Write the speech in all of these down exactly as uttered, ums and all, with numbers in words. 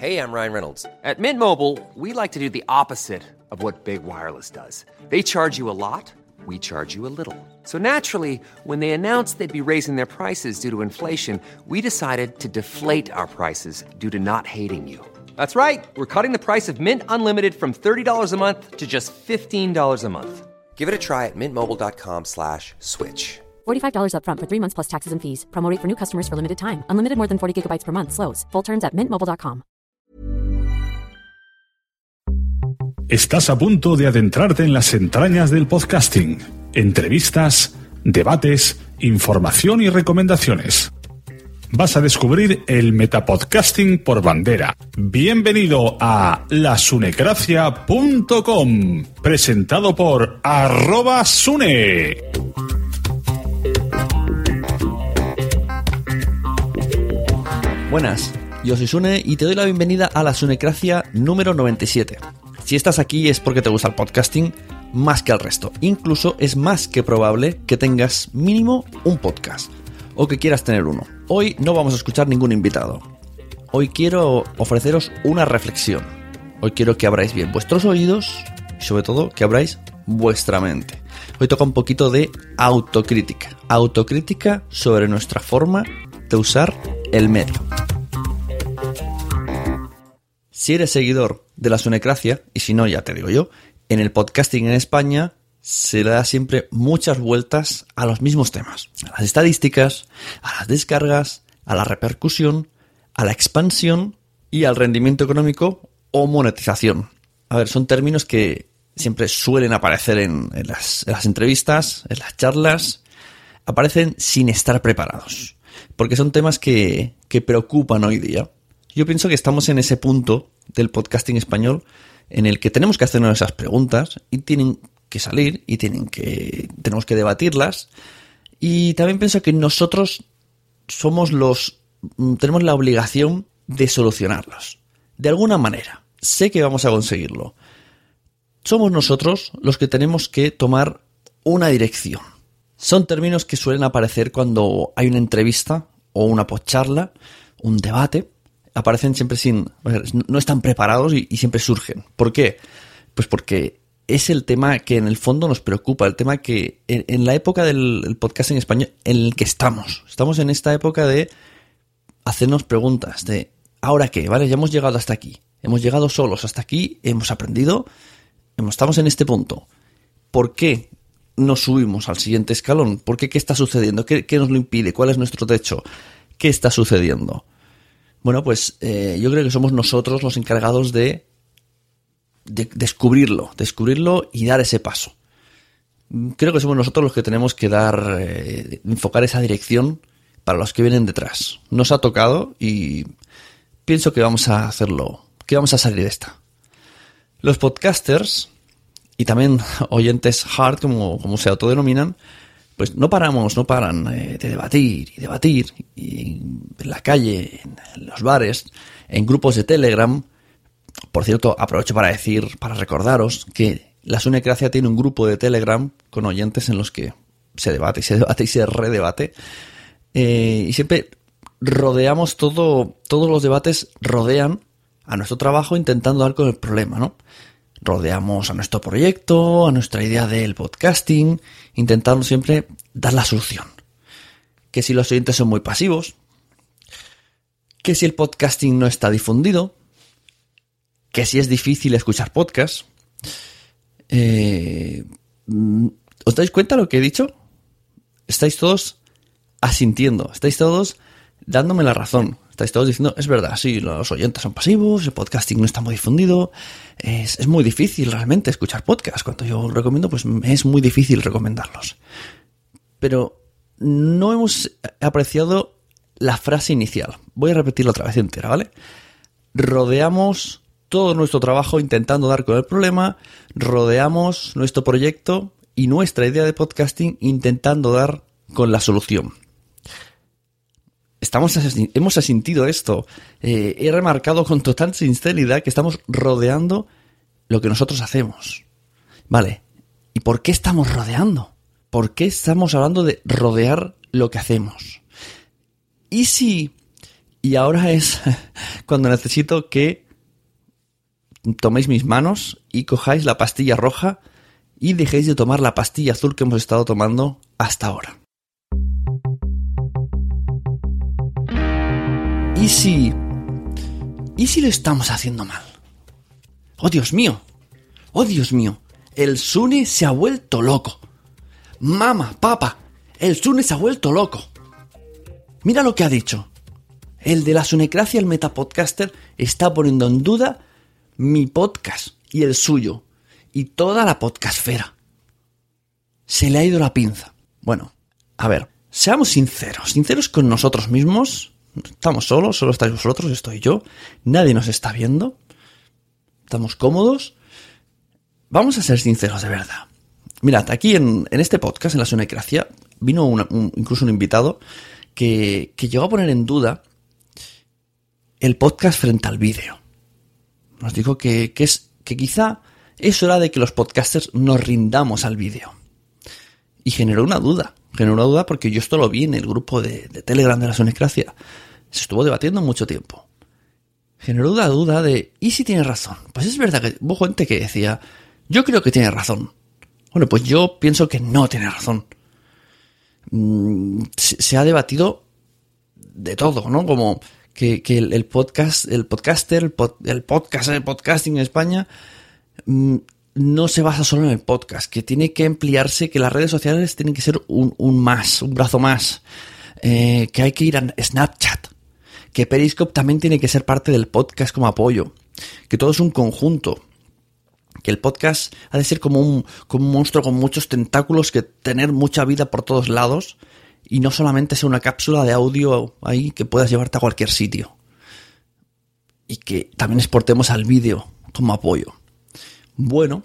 Hey, I'm Ryan Reynolds. At Mint Mobile, we like to do the opposite of what Big Wireless does. They charge you a lot, we charge you a little. So naturally, when they announced they'd be raising their prices due to inflation, we decided to deflate our prices due to not hating you. That's right. We're cutting the price of Mint Unlimited from thirty dollars a month to just fifteen dollars a month. Give it a try at mintmobile.com slash switch. forty-five dollars up front for three months plus taxes and fees. Promo rate for new customers for limited time. Unlimited more than forty gigabytes per month. Slows full terms at mint mobile dot com. Estás a punto de adentrarte en las entrañas del podcasting. Entrevistas, debates, información y recomendaciones. Vas a descubrir el metapodcasting por bandera. Bienvenido a lasunecracia punto com, presentado por arroba sune. Buenas, yo soy Sune y te doy la bienvenida a la Sunecracia número noventa y siete. Si estás aquí es porque te gusta el podcasting más que al resto. Incluso es más que probable que tengas mínimo un podcast o que quieras tener uno. Hoy no vamos a escuchar ningún invitado. Hoy quiero ofreceros una reflexión. Hoy quiero que abráis bien vuestros oídos y sobre todo que abráis vuestra mente. Hoy toca un poquito de autocrítica. Autocrítica sobre nuestra forma de usar el medio. Si eres seguidor de la Sunecracia, y si no ya te digo yo, en el podcasting en España se le da siempre muchas vueltas a los mismos temas. A las estadísticas, a las descargas, a la repercusión, a la expansión y al rendimiento económico o monetización. A ver, son términos que siempre suelen aparecer en, en, las, en las entrevistas, en las charlas, aparecen sin estar preparados, porque son temas que, que preocupan hoy día. Yo pienso que estamos en ese punto del podcasting español en el que tenemos que hacernos esas preguntas y tienen que salir y tienen que tenemos que debatirlas. Y también pienso que nosotros somos los tenemos la obligación de solucionarlos de alguna manera. Sé que vamos a conseguirlo. Somos nosotros los que tenemos que tomar una dirección. Son términos que suelen aparecer cuando hay una entrevista o una podcharla, un debate. Aparecen siempre sin... no están preparados y, y siempre surgen. ¿Por qué? Pues porque es el tema que en el fondo nos preocupa, el tema que en, en la época del el podcast en español en el que estamos. Estamos en esta época de hacernos preguntas, de ¿ahora qué? ¿Vale? Ya hemos llegado hasta aquí. Hemos llegado solos hasta aquí, hemos aprendido, hemos, estamos en este punto. ¿Por qué nos subimos al siguiente escalón? ¿Por qué? ¿Qué está sucediendo? ¿Qué, qué nos lo impide? ¿Cuál es nuestro techo? ¿Qué está sucediendo? Bueno, pues eh, yo creo que somos nosotros los encargados de, de descubrirlo, descubrirlo y dar ese paso. Creo que somos nosotros los que tenemos que dar, eh, enfocar esa dirección para los que vienen detrás. Nos ha tocado y pienso que vamos a hacerlo, que vamos a salir de esta. Los podcasters y también oyentes hard, como, como se autodenominan, pues no paramos, no paran eh, de debatir y debatir y en la calle, en los bares, en grupos de Telegram. Por cierto, aprovecho para decir, para recordaros que la Sunecracia tiene un grupo de Telegram con oyentes en los que se debate y se debate y se redebate. Eh, y siempre rodeamos todo, todos los debates rodean a nuestro trabajo intentando dar con el problema, ¿no? Rodeamos a nuestro proyecto, a nuestra idea del podcasting, intentando siempre dar la solución. Que si los oyentes son muy pasivos, que si el podcasting no está difundido, que si es difícil escuchar podcasts. Eh, ¿Os dais cuenta de lo que he dicho? Estáis todos asintiendo, estáis todos dándome la razón. Estáis todos diciendo, es verdad, sí, los oyentes son pasivos, el podcasting no está muy difundido, es, es muy difícil realmente escuchar podcasts. Cuando yo recomiendo, pues es muy difícil recomendarlos. Pero no hemos apreciado la frase inicial. Voy a repetirla otra vez entera, ¿vale? Rodeamos todo nuestro trabajo intentando dar con el problema, rodeamos nuestro proyecto y nuestra idea de podcasting intentando dar con la solución. Estamos, hemos asintido esto. Eh, he remarcado con total sinceridad que estamos rodeando lo que nosotros hacemos. Vale, ¿y por qué estamos rodeando? ¿Por qué estamos hablando de rodear lo que hacemos? ¿Y si, Y ahora es cuando necesito que toméis mis manos y cojáis la pastilla roja y dejéis de tomar la pastilla azul que hemos estado tomando hasta ahora. ¿Y si... ¿Y si lo estamos haciendo mal? ¡Oh, Dios mío! ¡Oh, Dios mío! El Sune se ha vuelto loco. Mamá, papá, el Sune se ha vuelto loco. Mira lo que ha dicho. El de la Sunecracia, el metapodcaster, está poniendo en duda mi podcast y el suyo. Y toda la podcastfera. Se le ha ido la pinza. Bueno, a ver, seamos sinceros. Sinceros con nosotros mismos. Estamos solos, solo estáis vosotros, estoy yo. Nadie nos está viendo. Estamos cómodos. Vamos a ser sinceros de verdad. Mirad, aquí en, en este podcast, en la Sunecracia, vino una, un, incluso un invitado que, que llegó a poner en duda el podcast frente al vídeo. Nos dijo que, que, es, que quizá es hora de que los podcasters nos rindamos al vídeo. Y generó una duda. Generó una duda porque yo esto lo vi en el grupo de, de Telegram de la Sunecracia. Se estuvo debatiendo mucho tiempo. Generó una duda de, ¿y si tiene razón? Pues es verdad que hubo gente que decía, yo creo que tiene razón. Bueno, pues yo pienso que no tiene razón. Mm, se, se ha debatido de todo, ¿no? Como que, que el, el podcast, el podcaster, el, pod, el podcast, el podcasting en España mm, no se basa solo en el podcast, que tiene que ampliarse, que las redes sociales tienen que ser un, un más, un brazo más, eh, que hay que ir a Snapchat, que Periscope también tiene que ser parte del podcast como apoyo, que todo es un conjunto, que el podcast ha de ser como un, como un monstruo con muchos tentáculos, que tener mucha vida por todos lados y no solamente ser una cápsula de audio ahí que puedas llevarte a cualquier sitio. Y que también exportemos al vídeo como apoyo. Bueno,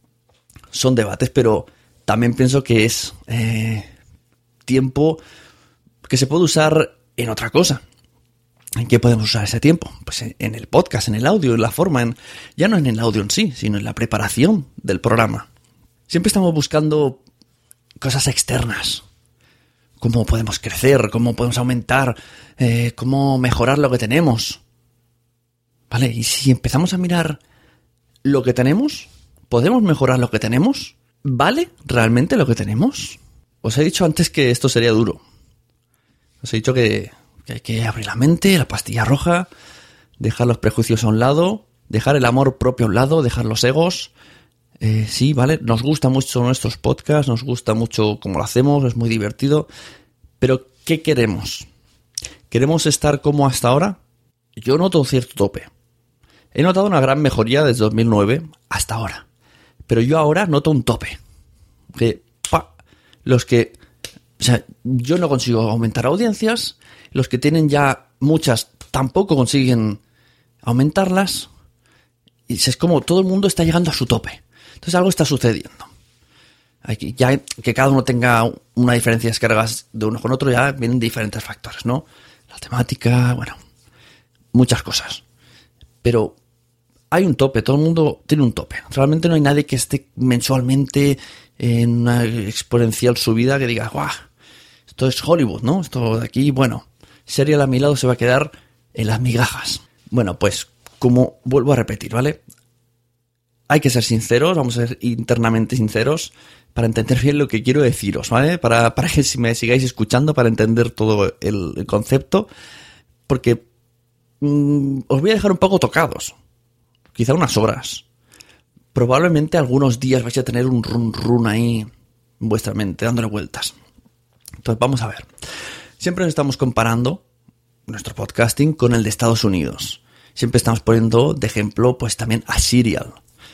son debates, pero también pienso que es eh, tiempo que se puede usar en otra cosa. ¿En qué podemos usar ese tiempo? Pues en el podcast, en el audio, en la forma, en, ya no en el audio en sí, sino en la preparación del programa. Siempre estamos buscando cosas externas. Cómo podemos crecer, cómo podemos aumentar, eh, cómo mejorar lo que tenemos. ¿Vale? Y si empezamos a mirar lo que tenemos, ¿podemos mejorar lo que tenemos? ¿Vale realmente lo que tenemos? Os he dicho antes que esto sería duro. Os he dicho que... que hay que abrir la mente, la pastilla roja, dejar los prejuicios a un lado, dejar el amor propio a un lado, dejar los egos. Eh, sí, ¿vale? Nos gusta mucho nuestros podcasts, nos gusta mucho cómo lo hacemos, es muy divertido. Pero, ¿qué queremos? ¿Queremos estar como hasta ahora? Yo noto un cierto tope. He notado una gran mejoría desde dos mil nueve hasta ahora. Pero yo ahora noto un tope. Que, pa, los que... O sea, yo no consigo aumentar audiencias. Los que tienen ya muchas tampoco consiguen aumentarlas. Y es como todo el mundo está llegando a su tope. Entonces algo está sucediendo. Aquí, ya que cada uno tenga una diferencia de descargas de uno con otro, ya vienen diferentes factores, ¿no? La temática, bueno, muchas cosas. Pero hay un tope, todo el mundo tiene un tope. Realmente no hay nadie que esté mensualmente en una exponencial subida que diga, ¡guau! Esto es Hollywood, ¿no? Esto de aquí, bueno, Serial a mi lado se va a quedar en las migajas. Bueno, pues, como vuelvo a repetir, ¿vale? Hay que ser sinceros, vamos a ser internamente sinceros para entender bien lo que quiero deciros, ¿vale? Para, para que me sigáis escuchando, para entender todo el, el concepto, porque mmm, os voy a dejar un poco tocados, quizá unas horas. Probablemente algunos días vais a tener un run run ahí en vuestra mente, dándole vueltas. Entonces, vamos a ver. Siempre nos estamos comparando nuestro podcasting con el de Estados Unidos. Siempre estamos poniendo de ejemplo, pues también a Serial.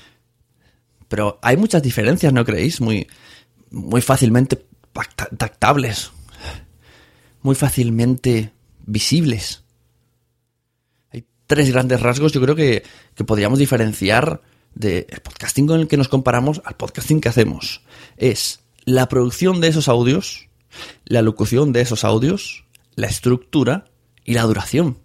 Pero hay muchas diferencias, ¿no creéis? Muy, muy fácilmente tactables. Muy fácilmente visibles. Hay tres grandes rasgos, yo creo que, que podríamos diferenciar del podcasting con el que nos comparamos al podcasting que hacemos. Es la producción de esos audios, la locución de esos audios, la estructura y la duración.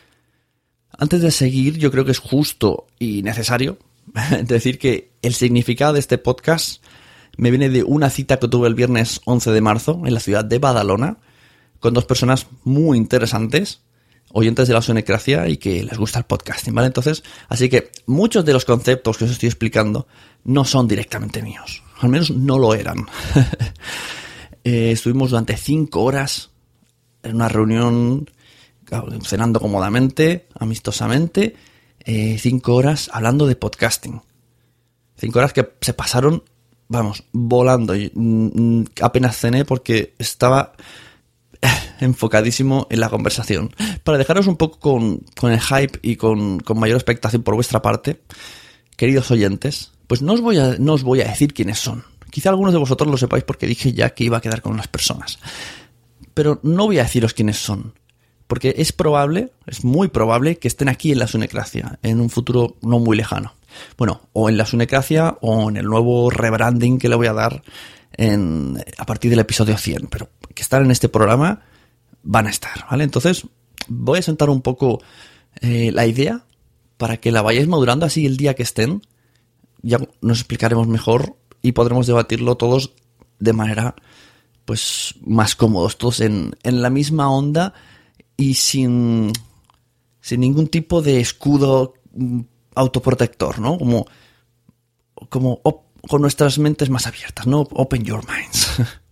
Antes de seguir, yo creo que es justo y necesario decir que el significado de este podcast me viene de una cita que tuve el viernes once de marzo en la ciudad de Badalona con dos personas muy interesantes, oyentes de la Sonecracia y que les gusta el podcasting, ¿vale? Entonces, así que muchos de los conceptos que os estoy explicando no son directamente míos. Al menos no lo eran. eh, estuvimos durante cinco horas en una reunión, cenando cómodamente, amistosamente, eh, cinco horas hablando de podcasting. Cinco horas que se pasaron, vamos, volando. Y, mm, apenas cené porque estaba enfocadísimo en la conversación. Para dejaros un poco con, con el hype y con, con mayor expectación por vuestra parte, queridos oyentes, pues no os voy a, no os voy a decir quiénes son. Quizá algunos de vosotros lo sepáis porque dije ya que iba a quedar con unas personas. Pero no voy a deciros quiénes son. Porque es probable, es muy probable que estén aquí en la Sonecracia en un futuro no muy lejano. Bueno, o en la Sonecracia o en el nuevo rebranding que le voy a dar en, a partir del episodio cien. Pero que están en este programa van a estar, ¿vale? Entonces voy a sentar un poco eh, la idea para que la vayáis madurando, así el día que estén ya nos explicaremos mejor y podremos debatirlo todos de manera pues más cómodos, todos en, en la misma onda y sin, sin ningún tipo de escudo autoprotector, ¿no? Como, como op, con nuestras mentes más abiertas, ¿no? Open your minds.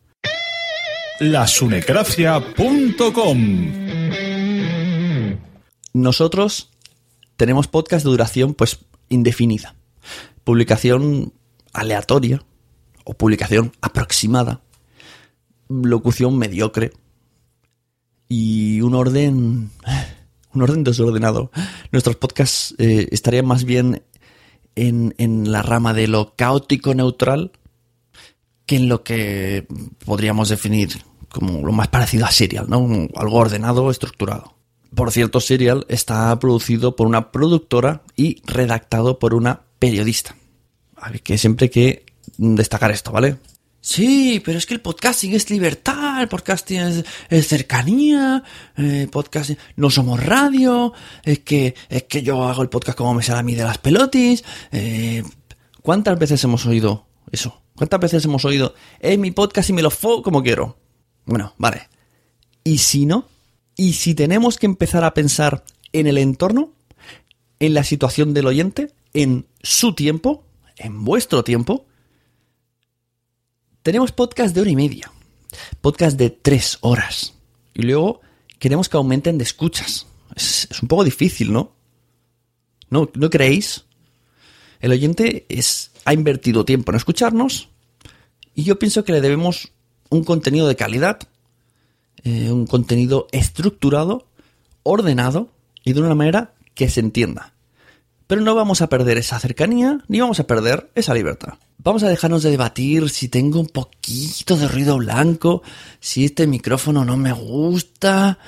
la sunecracia punto com. Nosotros tenemos podcast de duración pues indefinida. Publicación aleatoria o publicación aproximada. Locución mediocre. Y un orden... Un orden desordenado. Nuestros podcasts eh, estarían más bien en, en la rama de lo caótico neutral que en lo que podríamos definir como lo más parecido a Serial, ¿no? Algo ordenado, estructurado. Por cierto, Serial está producido por una productora y redactado por una periodista. A ver, que siempre hay que destacar esto, ¿vale? Sí, pero es que el podcasting es libertad, el podcasting es, es cercanía, eh, podcasting, no somos radio, es que, es que yo hago el podcast como me sale a mí de las pelotis. Eh, ¿Cuántas veces hemos oído eso? ¿Cuántas veces hemos oído, eh, mi podcast y me lo fo como quiero? Bueno, vale. ¿Y si no? ¿Y si tenemos que empezar a pensar en el entorno, en la situación del oyente, en su tiempo, en vuestro tiempo? Tenemos podcast de hora y media, podcast de tres horas, y luego queremos que aumenten de escuchas. Es, es un poco difícil, ¿no? ¿No, ¿no creéis? El oyente es, ha invertido tiempo en escucharnos, y yo pienso que le debemos un contenido de calidad, eh, un contenido estructurado, ordenado, y de una manera que se entienda. Pero no vamos a perder esa cercanía, ni vamos a perder esa libertad. Vamos a dejarnos de debatir si tengo un poquito de ruido blanco, si este micrófono no me gusta.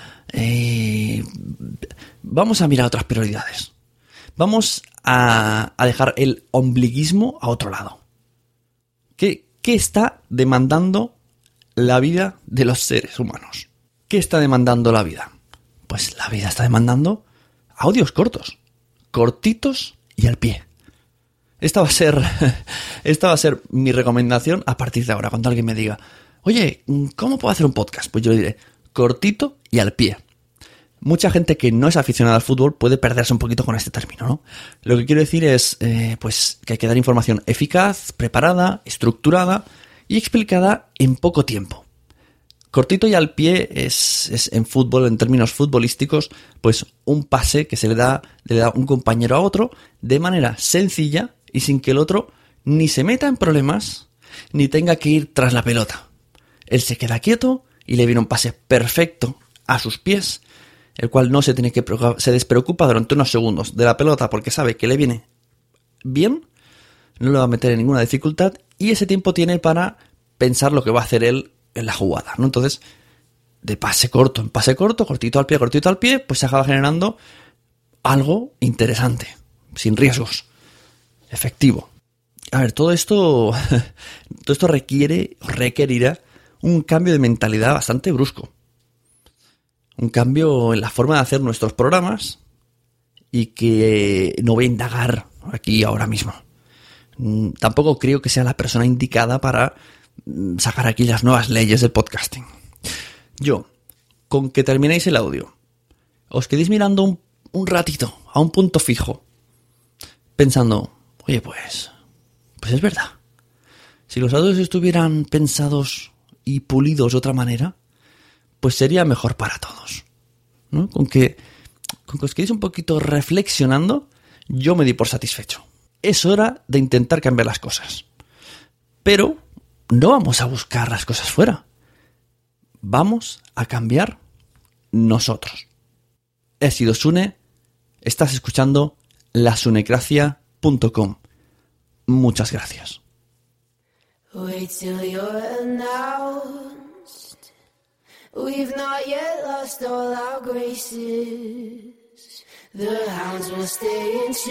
Eh, vamos a mirar otras prioridades. Vamos a, a dejar el ombliguismo a otro lado. ¿Qué, ¿Qué está demandando la vida de los seres humanos? ¿Qué está demandando la vida? Pues la vida está demandando audios cortos. Cortitos y al pie. Esta va a ser esta va a ser mi recomendación a partir de ahora. Cuando alguien me diga, oye, ¿cómo puedo hacer un podcast? Pues yo le diré, cortito y al pie. Mucha gente que no es aficionada al fútbol puede perderse un poquito con este término, ¿no? Lo que quiero decir es eh, pues que hay que dar información eficaz, preparada, estructurada y explicada en poco tiempo. Cortito y al pie es, es en fútbol, en términos futbolísticos, pues un pase que se le da, le da un compañero a otro de manera sencilla y sin que el otro ni se meta en problemas ni tenga que ir tras la pelota. Él se queda quieto y le viene un pase perfecto a sus pies, el cual no se tiene que preocupar, se despreocupa durante unos segundos de la pelota porque sabe que le viene bien, no le va a meter en ninguna dificultad y ese tiempo tiene para pensar lo que va a hacer él en la jugada, ¿no? Entonces, de pase corto en pase corto, cortito al pie, cortito al pie, pues se acaba generando algo interesante, sin riesgos, efectivo. A ver, todo esto, todo esto requiere, requerirá un cambio de mentalidad bastante brusco. Un cambio en la forma de hacer nuestros programas y que no voy a indagar aquí ahora mismo. Tampoco creo que sea la persona indicada para sacar aquí las nuevas leyes del podcasting. Yo, con que terminéis el audio, os quedéis mirando un, un ratito a un punto fijo, pensando, oye, pues, pues es verdad. Si los audios estuvieran pensados y pulidos de otra manera, pues sería mejor para todos, ¿no? Con que, con que os quedéis un poquito reflexionando, yo me di por satisfecho. Es hora de intentar cambiar las cosas. Pero no vamos a buscar las cosas fuera. Vamos a cambiar nosotros. He sido Sune, estás escuchando la sunecracia punto com. Muchas gracias. Wait till you're announced. We've not yet lost all our graces. The hounds will stay in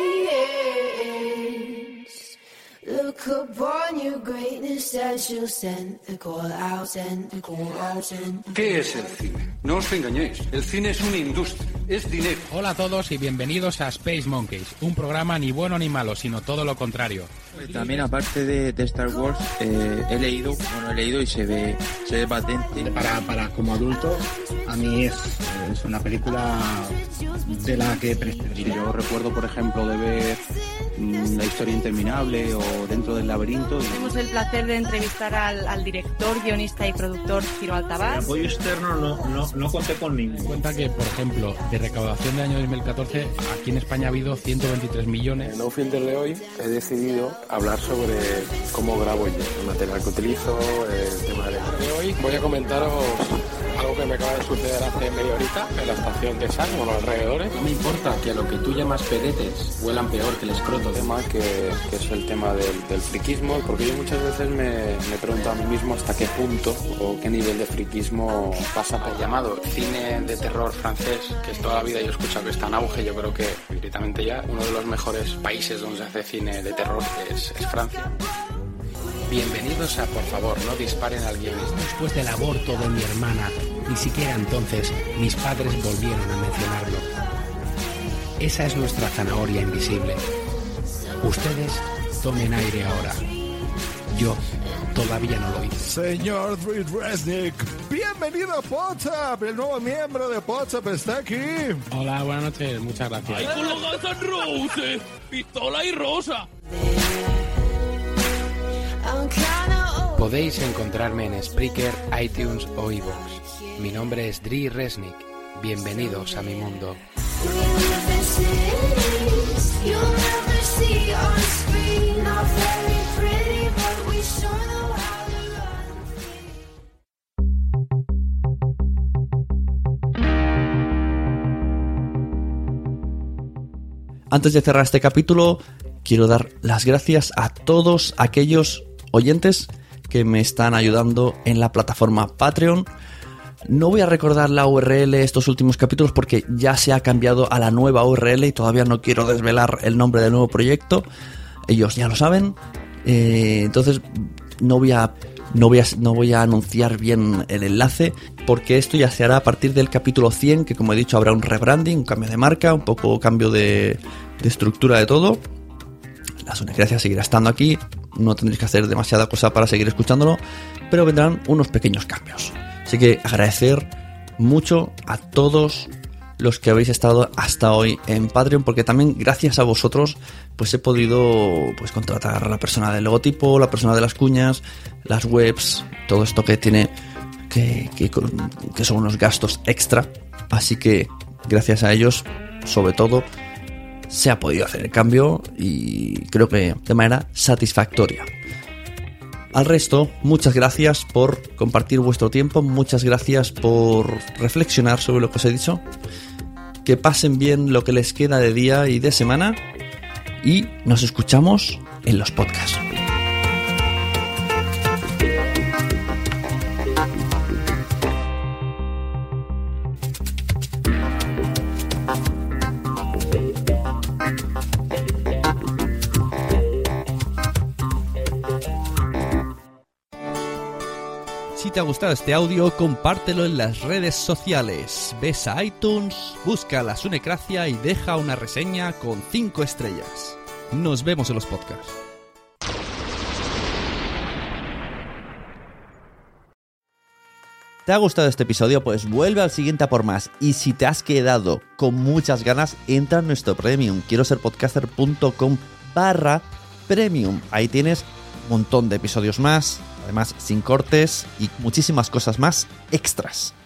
chains. Look upon your greatness and she'll send the call out, send the call out, send the... ¿Qué es el cine? No os engañéis, el cine es una industria, es dinero. Hola a todos y bienvenidos a Space Monkeys, un programa ni bueno ni malo, sino todo lo contrario. También aparte de, de Star Wars, eh, he leído, bueno, he leído y se ve, se ve patente. Para, para como adulto, a mí es, es una película de la que prescindiría. Yo recuerdo, por ejemplo, de ver mmm, La historia interminable o Dentro del laberinto. Tuvimos el placer de entrevistar al, al director, guionista y productor Ciro Altabás. El apoyo externo no, no, no conté con ninguno. Cuenta que, por ejemplo, de recaudación del año dos mil catorce, aquí en España ha habido ciento veintitrés millones. En No Filter de hoy he decidido hablar sobre cómo grabo yo, el material que utilizo, el tema de... de hoy voy a comentaros algo que me acaba de suceder hace media horita en la estación de San, o los alrededores. No me importa que a lo que tú llamas pedetes huelan peor que el escroto. El tema que, que es el tema del, del friquismo, porque yo muchas veces me, me pregunto a mí mismo hasta qué punto o qué nivel de friquismo pasa por... El llamado cine de terror francés, que es toda la vida yo he escuchado que está en auge, yo creo que directamente ya uno de los mejores países donde se hace cine de terror es, es Francia. Bienvenidos a Por favor, no disparen al guionista. Después del aborto de mi hermana, ni siquiera entonces mis padres volvieron a mencionarlo. Esa es nuestra zanahoria invisible. Ustedes tomen aire ahora. Yo todavía no lo hice. Señor Dre Resnick, bienvenido a WhatsApp. El nuevo miembro de WhatsApp está aquí. Hola, buenas noches, muchas gracias. ¡Ay, con los Guns N' Roses! ¡Pistola y rosa! Podéis encontrarme en Spreaker, iTunes o iVoox. Mi nombre es Dre Resnick. Bienvenidos a mi mundo. Antes de cerrar este capítulo, quiero dar las gracias a todos aquellos oyentes que me están ayudando en la plataforma Patreon. No voy a recordar la U R L estos últimos capítulos porque ya se ha cambiado a la nueva U R L y todavía no quiero desvelar el nombre del nuevo proyecto. Ellos ya lo saben. Eh, entonces no voy a no voy a no voy a anunciar bien el enlace porque esto ya se hará a partir del capítulo cien, que como he dicho habrá un rebranding, un cambio de marca, un poco cambio de, de estructura de todo. La Sunecracia seguirá estando aquí, no tendréis que hacer demasiada cosa para seguir escuchándolo, pero vendrán unos pequeños cambios. Así que agradecer mucho a todos los que habéis estado hasta hoy en Patreon, porque también gracias a vosotros pues he podido pues contratar a la persona del logotipo, la persona de las cuñas, las webs, todo esto que tiene que, que, que son unos gastos extra. Así que gracias a ellos, sobre todo, se ha podido hacer el cambio y creo que de manera satisfactoria. Al resto, muchas gracias por compartir vuestro tiempo, muchas gracias por reflexionar sobre lo que os he dicho. Que pasen bien lo que les queda de día y de semana y nos escuchamos en los podcasts. Si te ha gustado este audio, compártelo en las redes sociales. Ves a iTunes, busca la Sunecracia y deja una reseña con cinco estrellas. Nos vemos en los podcasts. ¿Te ha gustado este episodio? Pues vuelve al siguiente a por más. Y si te has quedado con muchas ganas, entra en nuestro Premium. Quiero ser podcaster punto com barra Premium. Ahí tienes un montón de episodios más, además sin cortes y muchísimas cosas más extras.